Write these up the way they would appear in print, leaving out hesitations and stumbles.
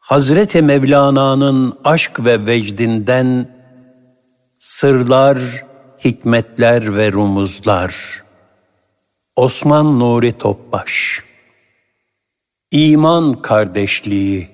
Hazreti Mevlana'nın aşk ve vecdinden sırlar, hikmetler ve rumuzlar. Osman Nuri Topbaş. İman kardeşliği.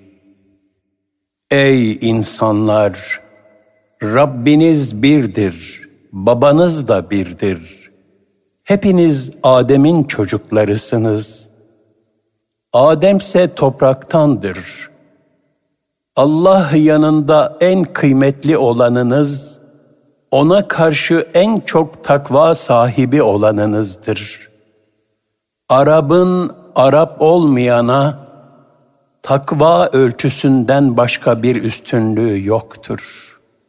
Ey insanlar! Rabbiniz birdir, babanız da birdir. Hepiniz Adem'in çocuklarısınız. Ademse topraktandır. Allah yanında en kıymetli olanınız, ona karşı en çok takva sahibi olanınızdır. Arap'ın Arap olmayana, takva ölçüsünden başka bir üstünlüğü yoktur.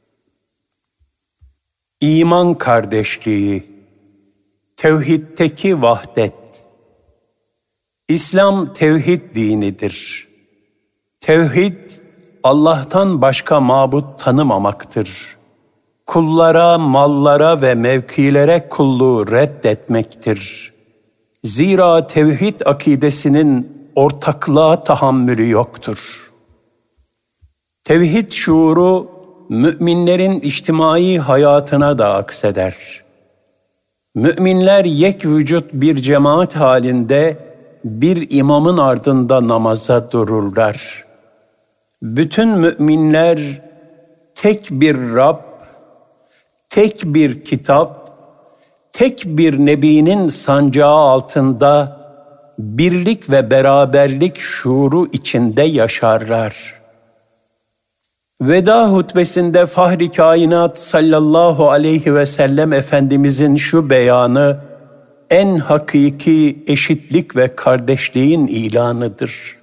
İman kardeşliği, tevhiddeki vahdet. İslam tevhid dinidir. Tevhid, Allah'tan başka mabut tanımamaktır. Kullara, mallara ve mevkilere kulluğu reddetmektir. Zira tevhid akidesinin ortaklığa tahammülü yoktur. Tevhid şuuru, müminlerin içtimai hayatına da akseder. Müminler yek vücut bir cemaat halinde bir imamın ardında namaza dururlar. Bütün müminler tek bir Rab, tek bir kitap, tek bir nebinin sancağı altında birlik ve beraberlik şuuru içinde yaşarlar. Veda hutbesinde Fahri Kainat sallallahu aleyhi ve sellem Efendimizin şu beyanı, en hakiki eşitlik ve kardeşliğin ilanıdır.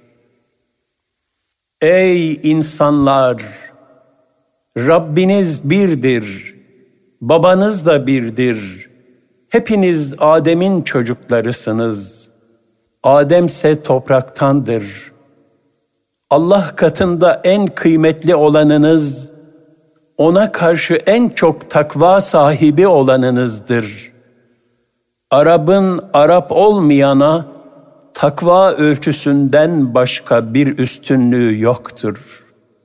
Ey insanlar! Rabbiniz birdir, babanız da birdir. Hepiniz Adem'in çocuklarısınız. Ademse topraktandır. Allah katında en kıymetli olanınız, ona karşı en çok takva sahibi olanınızdır. Arap'ın Arap olmayana, takva ölçüsünden başka bir üstünlüğü yoktur.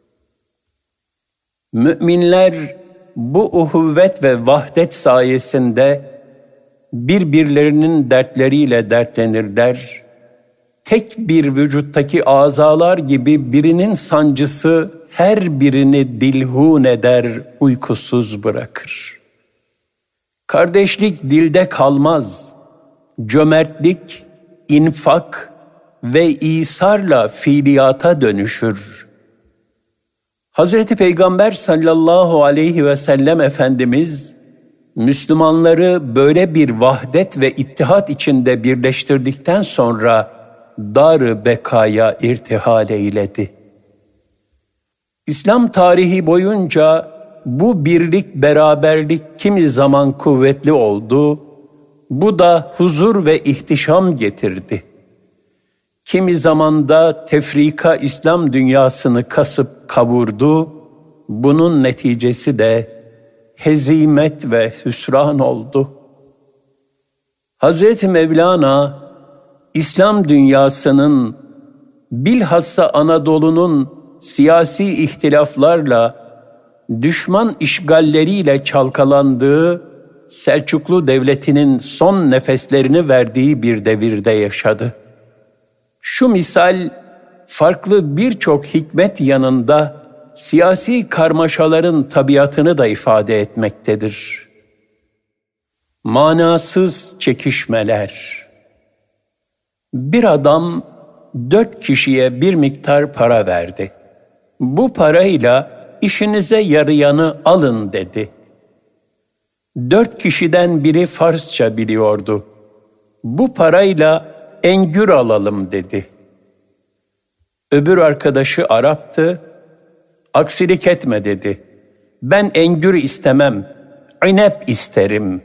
Müminler bu uhuvvet ve vahdet sayesinde birbirlerinin dertleriyle dertlenirler. Tek bir vücuttaki azalar gibi birinin sancısı her birini dilhun eder, uykusuz bırakır. Kardeşlik dilde kalmaz. Cömertlik, infak ve İsar'la fiiliyata dönüşür. Hazreti Peygamber sallallahu aleyhi ve sellem Efendimiz, Müslümanları böyle bir vahdet ve ittihat içinde birleştirdikten sonra dar-ı bekaya irtihal eyledi. İslam tarihi boyunca bu birlik, beraberlik kimi zaman kuvvetli oldu, bu da huzur ve ihtişam getirdi. Kimi zamanda tefrika İslam dünyasını kasıp kavurdu, bunun neticesi de hezimet ve hüsran oldu. Hazreti Mevlana, İslam dünyasının, bilhassa Anadolu'nun siyasi ihtilaflarla, düşman işgalleriyle çalkalandığı, Selçuklu Devleti'nin son nefeslerini verdiği bir devirde yaşadı. Şu misal, farklı birçok hikmet yanında siyasi karmaşaların tabiatını da ifade etmektedir. Manasız çekişmeler. Bir adam 4 kişiye bir miktar para verdi. Bu parayla işinize yarayanı alın dedi. 4 kişiden biri Farsça biliyordu. Bu parayla engür alalım dedi. Öbür arkadaşı Arap'tı. Aksilik etme dedi. Ben engür istemem, inep isterim.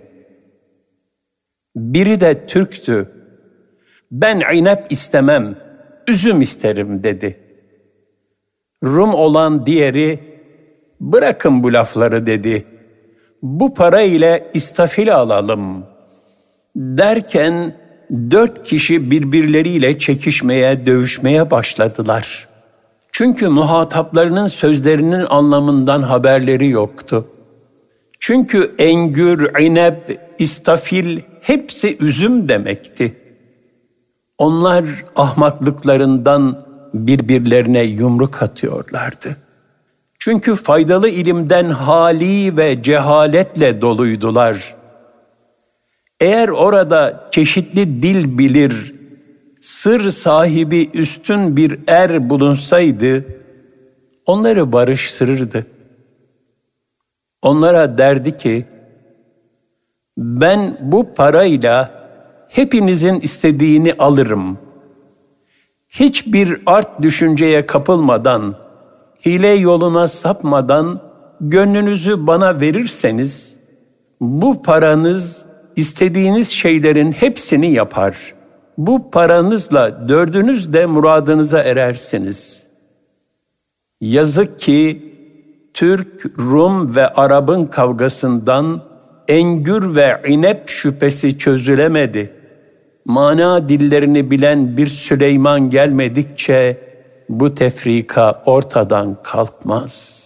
Biri de Türktü. Ben inep istemem, üzüm isterim dedi. Rum olan diğeri, bırakın bu lafları dedi. Bu para ile istafil alalım. Derken 4 kişi birbirleriyle çekişmeye, dövüşmeye başladılar. Çünkü muhataplarının sözlerinin anlamından haberleri yoktu. Çünkü engür, inep, istafil hepsi üzüm demekti. Onlar ahmaklıklarından birbirlerine yumruk atıyorlardı. Çünkü faydalı ilimden hali ve cehaletle doluydular. Eğer orada çeşitli dil bilir, sır sahibi üstün bir er bulunsaydı, onları barıştırırdı. Onlara derdi ki, ben bu parayla hepinizin istediğini alırım. Hiçbir art düşünceye kapılmadan, hile yoluna sapmadan gönlünüzü bana verirseniz, bu paranız istediğiniz şeylerin hepsini yapar. Bu paranızla dördünüz de muradınıza erersiniz. Yazık ki Türk, Rum ve Arap'ın kavgasından engür ve inep şüphesi çözülemedi. Mana dillerini bilen bir Süleyman gelmedikçe bu tefrika ortadan kalkmaz.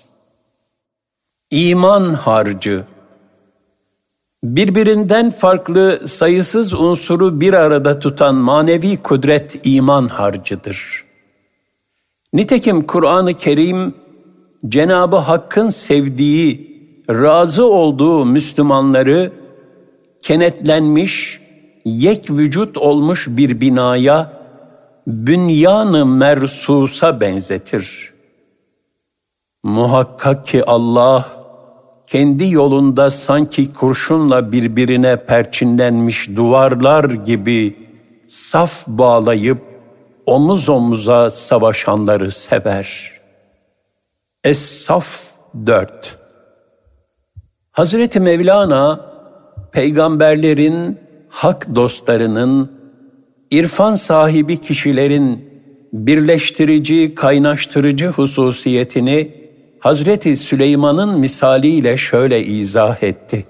İman harcı. Birbirinden farklı sayısız unsuru bir arada tutan manevi kudret iman harcıdır. Nitekim Kur'an-ı Kerim, Cenab-ı Hakk'ın sevdiği, razı olduğu Müslümanları kenetlenmiş, yek vücut olmuş bir binaya, bünyan-ı mersusa benzetir. Muhakkak ki Allah, kendi yolunda sanki kurşunla birbirine perçinlenmiş duvarlar gibi saf bağlayıp omuz omuza savaşanları sever. Es-Saf 4. Hazreti Mevlana, peygamberlerin, hak dostlarının, irfan sahibi kişilerin birleştirici, kaynaştırıcı hususiyetini Hazreti Süleyman'ın misaliyle şöyle izah etti.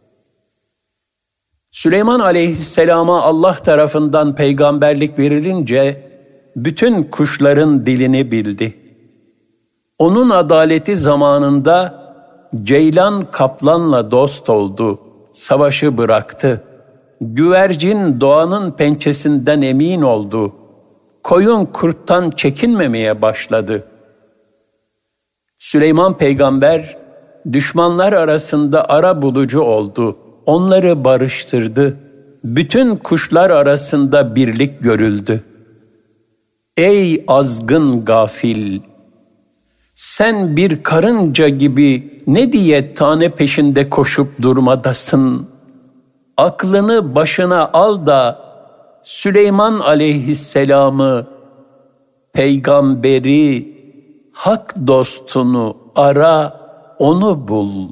Süleyman aleyhisselama Allah tarafından peygamberlik verilince bütün kuşların dilini bildi. Onun adaleti zamanında ceylan kaplanla dost oldu, savaşı bıraktı. Güvercin doğanın pençesinden emin oldu. Koyun kurttan çekinmemeye başladı. Süleyman peygamber düşmanlar arasında ara bulucu oldu. Onları barıştırdı. Bütün kuşlar arasında birlik görüldü. Ey azgın gafil! Sen bir karınca gibi ne diye tane peşinde koşup durmadasın? Aklını başına al da Süleyman aleyhisselamı, peygamberi, hak dostunu ara, onu bul.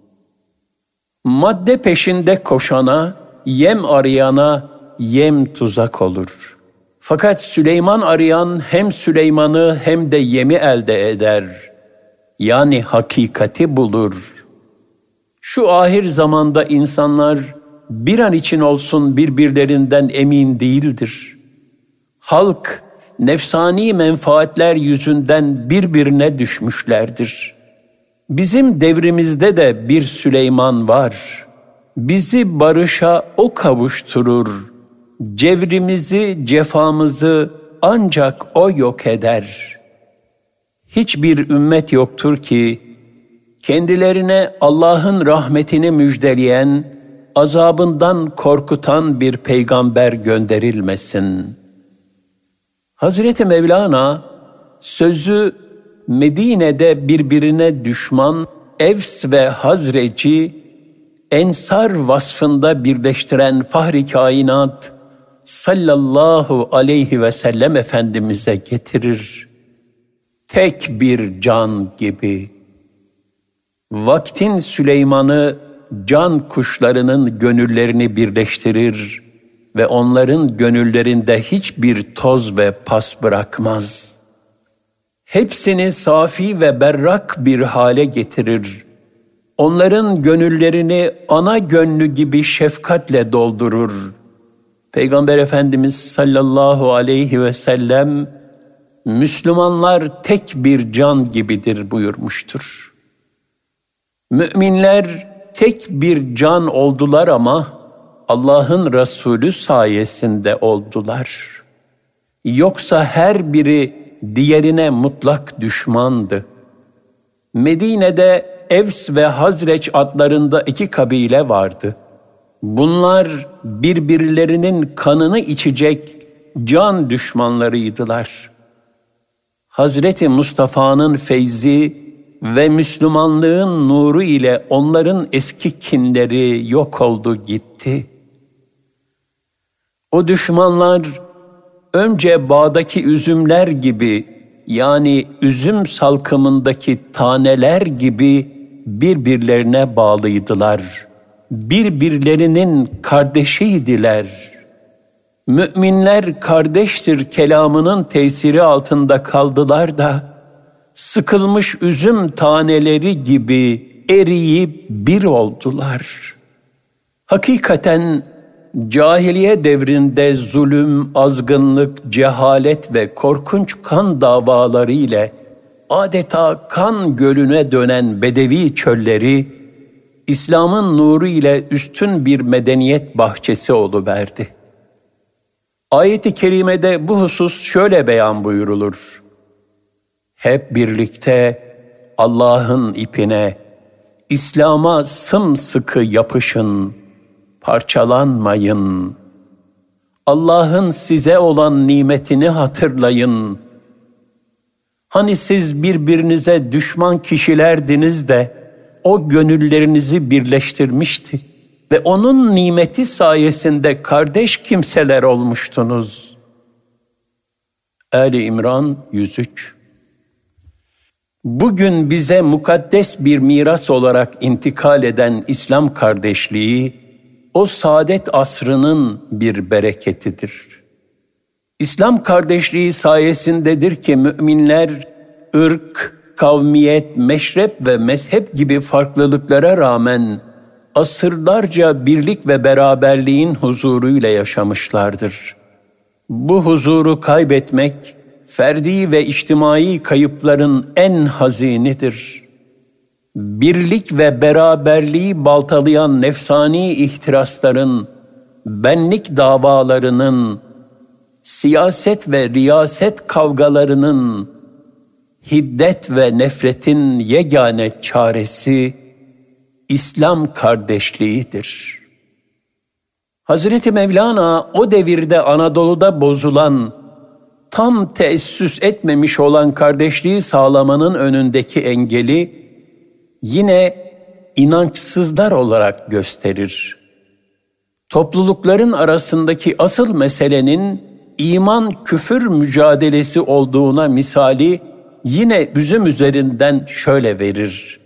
Madde peşinde koşana, yem arayana, yem tuzak olur. Fakat Süleyman arayan hem Süleyman'ı hem de yemi elde eder. Yani hakikati bulur. Şu ahir zamanda insanlar bir an için olsun birbirlerinden emin değildir. Halk nefsani menfaatler yüzünden birbirine düşmüşlerdir. Bizim devrimizde de bir Süleyman var. Bizi barışa o kavuşturur. Cevrimizi, cefamızı ancak o yok eder. Hiçbir ümmet yoktur ki kendilerine Allah'ın rahmetini müjdeleyen, azabından korkutan bir peygamber gönderilmesin. Hazreti Mevlana sözü Medine'de birbirine düşman Evs ve Hazreci Ensar vasfında birleştiren Fahri Kainat sallallahu aleyhi ve sellem Efendimiz'e getirir. Tek bir can gibi. Vaktin Süleyman'ı can kuşlarının gönüllerini birleştirir ve onların gönüllerinde hiçbir toz ve pas bırakmaz. Hepsini safi ve berrak bir hale getirir. Onların gönüllerini ana gönlü gibi şefkatle doldurur. Peygamber Efendimiz sallallahu aleyhi ve sellem Müslümanlar tek bir can gibidir buyurmuştur. Müminler tek bir can oldular ama Allah'ın Resulü sayesinde oldular. Yoksa her biri diğerine mutlak düşmandı. Medine'de Evs ve Hazreç adlarında 2 kabile vardı. Bunlar birbirlerinin kanını içecek can düşmanlarıydılar. Hazreti Mustafa'nın feyzi ve Müslümanlığın nuru ile onların eski kinleri yok oldu gitti. O düşmanlar önce bağdaki üzümler gibi, yani üzüm salkımındaki taneler gibi birbirlerine bağlıydılar. Birbirlerinin kardeşiydiler. Müminler kardeştir kelamının tesiri altında kaldılar da, sıkılmış üzüm taneleri gibi eriyip bir oldular. Hakikaten cahiliye devrinde zulüm, azgınlık, cehalet ve korkunç kan davaları ile adeta kan gölüne dönen bedevi çölleri, İslam'ın nuru ile üstün bir medeniyet bahçesi oluverdi. Ayet-i kerimede bu husus şöyle beyan buyurulur: hep birlikte Allah'ın ipine, İslam'a sımsıkı yapışın, parçalanmayın. Allah'ın size olan nimetini hatırlayın. Hani siz birbirinize düşman kişilerdiniz de o gönüllerinizi birleştirmişti ve onun nimeti sayesinde kardeş kimseler olmuştunuz. Ali İmran 103. Bugün bize mukaddes bir miras olarak intikal eden İslam kardeşliği, o saadet asrının bir bereketidir. İslam kardeşliği sayesindedir ki müminler, ırk, kavmiyet, meşrep ve mezhep gibi farklılıklara rağmen asırlarca birlik ve beraberliğin huzuruyla yaşamışlardır. Bu huzuru kaybetmek, ferdi ve içtimai kayıpların en hazinidir. Birlik ve beraberliği baltalayan nefsani ihtirasların, benlik davalarının, siyaset ve riyaset kavgalarının, hiddet ve nefretin yegane çaresi İslam kardeşliğidir. Hazreti Mevlana o devirde Anadolu'da bozulan, tam teessüs etmemiş olan kardeşliği sağlamanın önündeki engeli yine inançsızlar olarak gösterir. Toplulukların arasındaki asıl meselenin iman küfür mücadelesi olduğuna misali yine üzüm üzerinden şöyle verir: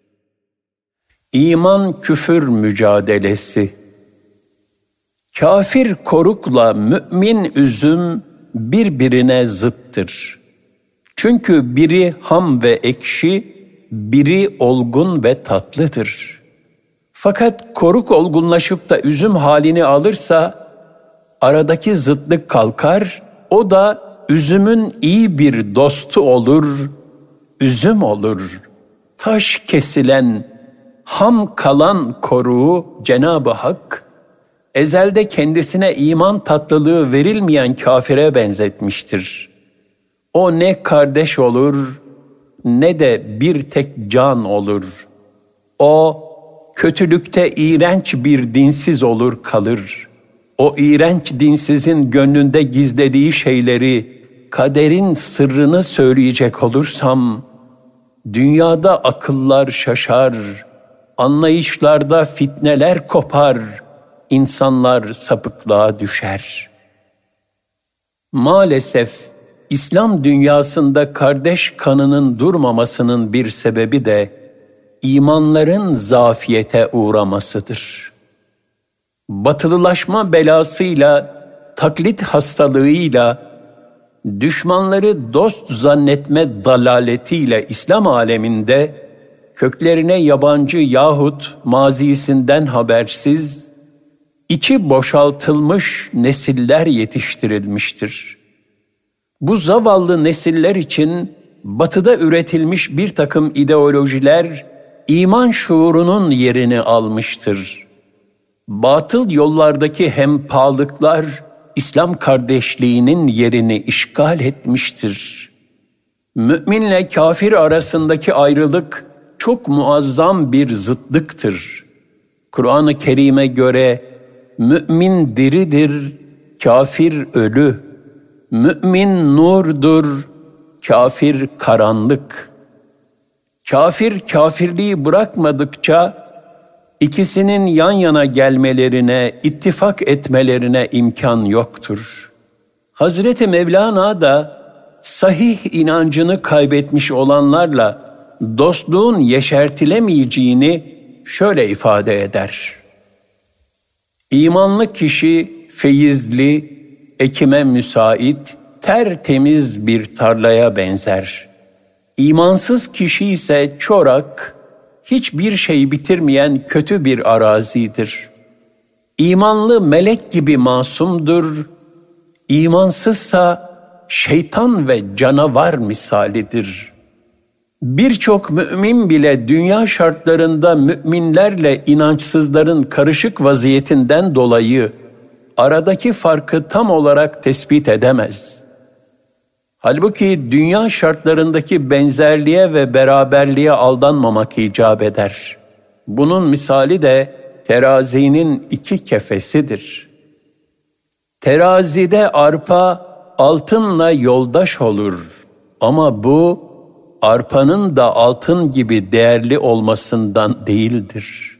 İman küfür mücadelesi. Kafir korukla mümin üzüm birbirine zıttır. Çünkü biri ham ve ekşi, biri olgun ve tatlıdır. Fakat koruk olgunlaşıp da üzüm halini alırsa, aradaki zıtlık kalkar, o da üzümün iyi bir dostu olur, üzüm olur. Taş kesilen, ham kalan koruğu Cenab-ı Hak, ezelde kendisine iman tatlılığı verilmeyen kafire benzetmiştir. O ne kardeş olur, ne de bir tek can olur. O, kötülükte iğrenç bir dinsiz olur kalır. O iğrenç dinsizin gönlünde gizlediği şeyleri, kaderin sırrını söyleyecek olursam, dünyada akıllar şaşar, anlayışlarda fitneler kopar, insanlar sapıklığa düşer. Maalesef İslam dünyasında kardeş kanının durmamasının bir sebebi de imanların zafiyete uğramasıdır. Batılılaşma belasıyla, taklit hastalığıyla, düşmanları dost zannetme dalaletiyle İslam aleminde köklerine yabancı yahut mazisinden habersiz, içi boşaltılmış nesiller yetiştirilmiştir. Bu zavallı nesiller için Batı'da üretilmiş bir takım ideolojiler iman şuurunun yerini almıştır. Batıl yollardaki hempâlıklar İslam kardeşliğinin yerini işgal etmiştir. Müminle kafir arasındaki ayrılık çok muazzam bir zıtlıktır. Kur'an-ı Kerim'e göre mümin diridir, kafir ölü. Mümin nurdur, kafir karanlık. Kafir kafirliği bırakmadıkça ikisinin yan yana gelmelerine, ittifak etmelerine imkan yoktur. Hazreti Mevlana da sahih inancını kaybetmiş olanlarla dostluğun yeşertilemeyeceğini şöyle ifade eder. İmanlı kişi feyizli, ekime müsait, tertemiz bir tarlaya benzer. İmansız kişi ise çorak, hiçbir şey bitirmeyen kötü bir arazidir. İmanlı melek gibi masumdur, imansızsa şeytan ve canavar misalidir. Birçok mümin bile dünya şartlarında müminlerle inançsızların karışık vaziyetinden dolayı aradaki farkı tam olarak tespit edemez. Halbuki dünya şartlarındaki benzerliğe ve beraberliğe aldanmamak icap eder. Bunun misali de terazinin iki kefesidir. Terazide arpa altınla yoldaş olur ama bu arpanın da altın gibi değerli olmasından değildir.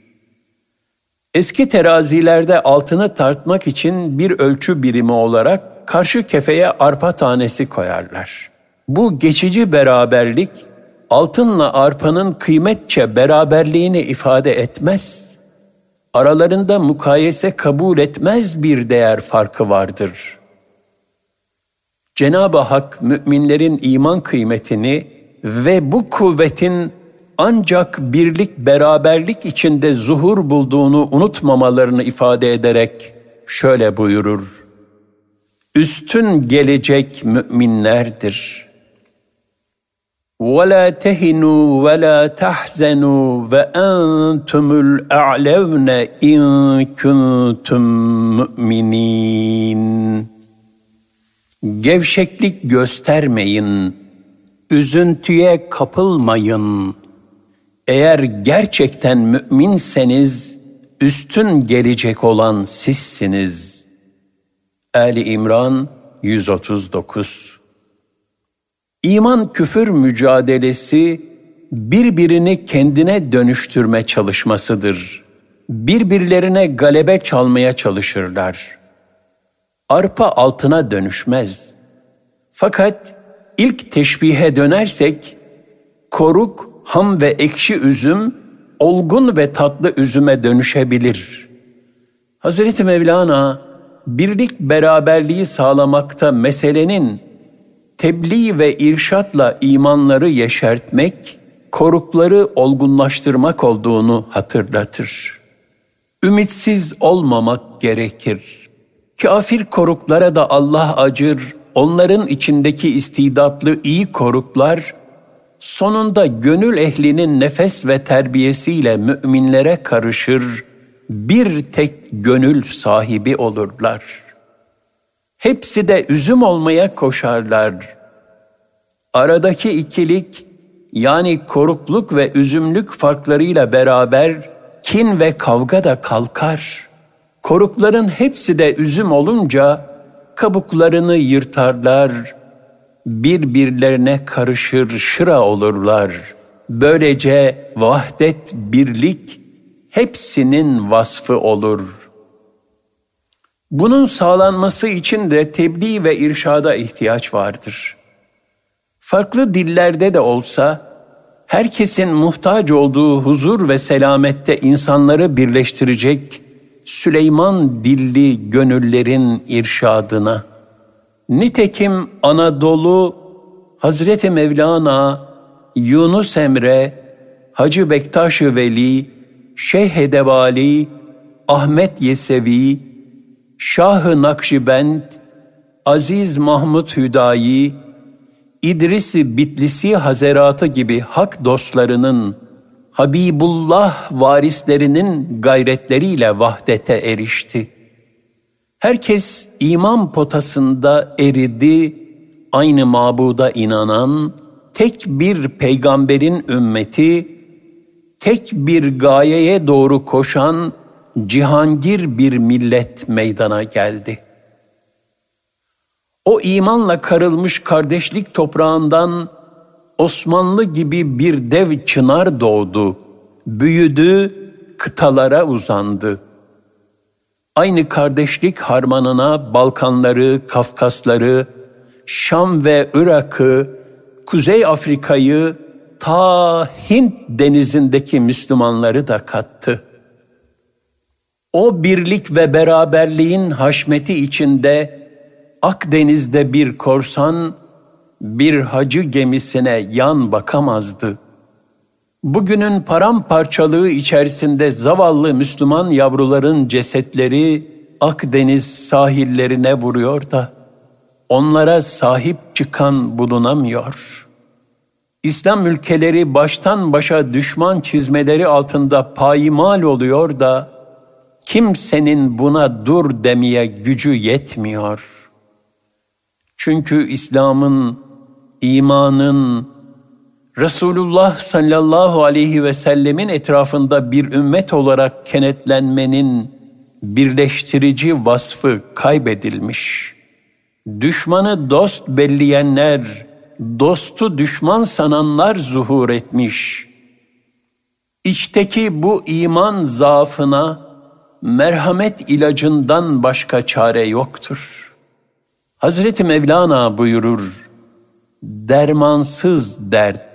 Eski terazilerde altını tartmak için bir ölçü birimi olarak karşı kefeye arpa tanesi koyarlar. Bu geçici beraberlik, altınla arpanın kıymetçe beraberliğini ifade etmez. Aralarında mukayese kabul etmez bir değer farkı vardır. Cenab-ı Hak müminlerin iman kıymetini ve bu kuvvetin ancak birlik, beraberlik içinde zuhur bulduğunu unutmamalarını ifade ederek şöyle buyurur. Üstün gelecek müminlerdir. وَلَا تَهِنُوا وَلَا تَحْزَنُوا وَأَنْتُمُ الْأَعْلَوْنَ اِنْ كُنْتُمْ مُؤْمِنِينَ. Gevşeklik göstermeyin, üzüntüye kapılmayın. Eğer gerçekten müminseniz, üstün gelecek olan sizsiniz. Ali İmran 139. İman küfür mücadelesi birbirini kendine dönüştürme çalışmasıdır. Birbirlerine galebe çalmaya çalışırlar. Arpa altına dönüşmez. Fakat ilk teşbihe dönersek, koruk, ham ve ekşi üzüm, olgun ve tatlı üzüme dönüşebilir. Hazreti Mevlana, birlik beraberliği sağlamakta meselenin tebliğ ve irşatla imanları yeşertmek, korukları olgunlaştırmak olduğunu hatırlatır. Ümitsiz olmamak gerekir. Kafir koruklara da Allah acır, onların içindeki istidatlı iyi koruklar, sonunda gönül ehlinin nefes ve terbiyesiyle müminlere karışır, bir tek gönül sahibi olurlar. Hepsi de üzüm olmaya koşarlar. Aradaki ikilik, yani korukluk ve üzümlük farklarıyla beraber kin ve kavga da kalkar. Korukların hepsi de üzüm olunca kabuklarını yırtarlar, birbirlerine karışır, şıra olurlar. Böylece vahdet, birlik hepsinin vasfı olur. Bunun sağlanması için de tebliğ ve irşada ihtiyaç vardır. Farklı dillerde de olsa, herkesin muhtaç olduğu huzur ve selamette insanları birleştirecek Süleyman dilli gönüllerin irşadına. Nitekim Anadolu, Hazreti Mevlana, Yunus Emre, Hacı Bektaş-ı Veli, Şeyh Edebali, Ahmet Yesevi, Şah-ı Nakşibend, Aziz Mahmud Hüdayi, İdris-i Bitlisi Hazeratı gibi hak dostlarının, Habibullah varislerinin gayretleriyle vahdete erişti. Herkes iman potasında eridi, aynı mabuda inanan, tek bir peygamberin ümmeti, tek bir gayeye doğru koşan cihangir bir millet meydana geldi. O imanla karılmış kardeşlik toprağından Osmanlı gibi bir dev çınar doğdu, büyüdü, kıtalara uzandı. Aynı kardeşlik harmanına Balkanları, Kafkasları, Şam ve Irak'ı, Kuzey Afrika'yı, ta Hint denizindeki Müslümanları da kattı. O birlik ve beraberliğin haşmeti içinde Akdeniz'de bir korsan, bir hacı gemisine yan bakamazdı. Bugünün paramparçalığı içerisinde zavallı Müslüman yavruların cesetleri Akdeniz sahillerine vuruyor da onlara sahip çıkan bulunamıyor. İslam ülkeleri baştan başa düşman çizmeleri altında payimal oluyor da kimsenin buna dur demeye gücü yetmiyor. Çünkü İslam'ın, imanın, Resulullah sallallahu aleyhi ve sellemin etrafında bir ümmet olarak kenetlenmenin birleştirici vasfı kaybedilmiş. Düşmanı dost belleyenler, dostu düşman sananlar zuhur etmiş. İçteki bu iman zaafına merhamet ilacından başka çare yoktur. Hazreti Mevlana buyurur, dermansız dert.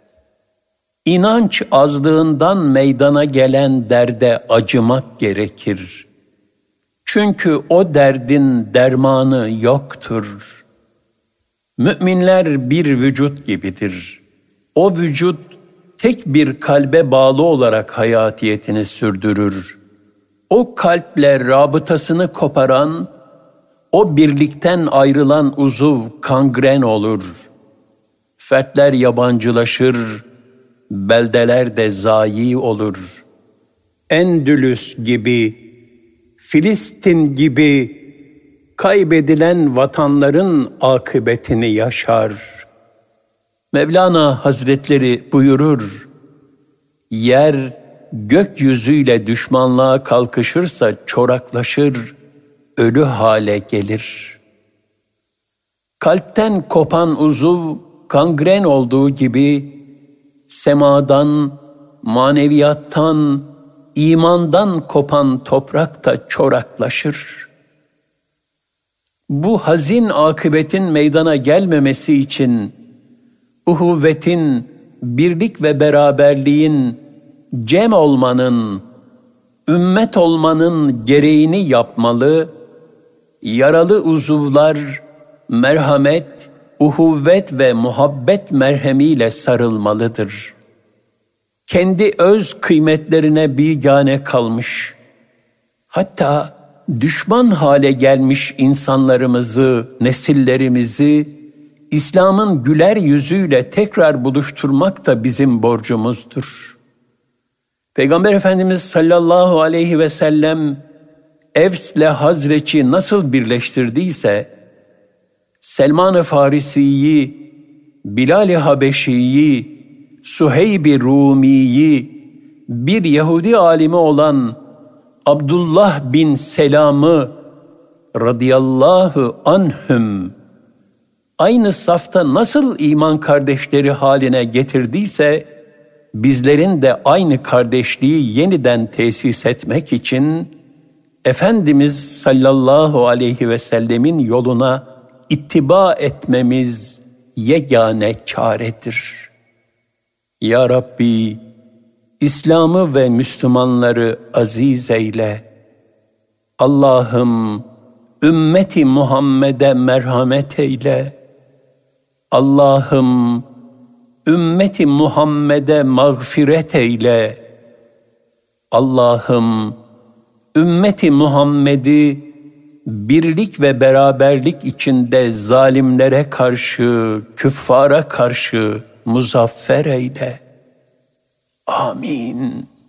İnanç azlığından meydana gelen derde acımak gerekir. Çünkü o derdin dermanı yoktur. Müminler bir vücut gibidir. O vücut tek bir kalbe bağlı olarak hayatiyetini sürdürür. O kalple rabıtasını koparan, o birlikten ayrılan uzuv kangren olur. Fertler yabancılaşır, beldeler de zayi olur. Endülüs gibi, Filistin gibi kaybedilen vatanların akıbetini yaşar. Mevlana Hazretleri buyurur, yer gökyüzüyle düşmanlığa kalkışırsa çoraklaşır, ölü hale gelir. Kalpten kopan uzuv kangren olduğu gibi, semadan, maneviyattan, imandan kopan toprak da çoraklaşır. Bu hazin akıbetin meydana gelmemesi için, uhuvvetin, birlik ve beraberliğin, cem olmanın, ümmet olmanın gereğini yapmalı, yaralı uzuvlar, merhamet, uhuvvet ve muhabbet merhemiyle sarılmalıdır. Kendi öz kıymetlerine bigane kalmış, hatta düşman hale gelmiş insanlarımızı, nesillerimizi, İslam'ın güler yüzüyle tekrar buluşturmak da bizim borcumuzdur. Peygamber Efendimiz sallallahu aleyhi ve sellem, Evs'le Hazreç'i nasıl birleştirdiyse, Selman-ı Farisi'yi, Bilal-i Habeşi'yi, Suheyb-i Rumi'yi, bir Yahudi alimi olan Abdullah bin Selam'ı radıyallahu anhüm aynı safta nasıl iman kardeşleri haline getirdiyse, bizlerin de aynı kardeşliği yeniden tesis etmek için Efendimiz sallallahu aleyhi ve sellemin yoluna ittiba etmemiz yegane çaredir. Ya Rabbi, İslam'ı ve Müslümanları aziz eyle. Allah'ım, ümmeti Muhammed'e merhamet eyle. Allah'ım, ümmeti Muhammed'e mağfiret eyle. Allah'ım, ümmeti Muhammed'i birlik ve beraberlik içinde zalimlere karşı, küffara karşı muzaffer eyle. Amin.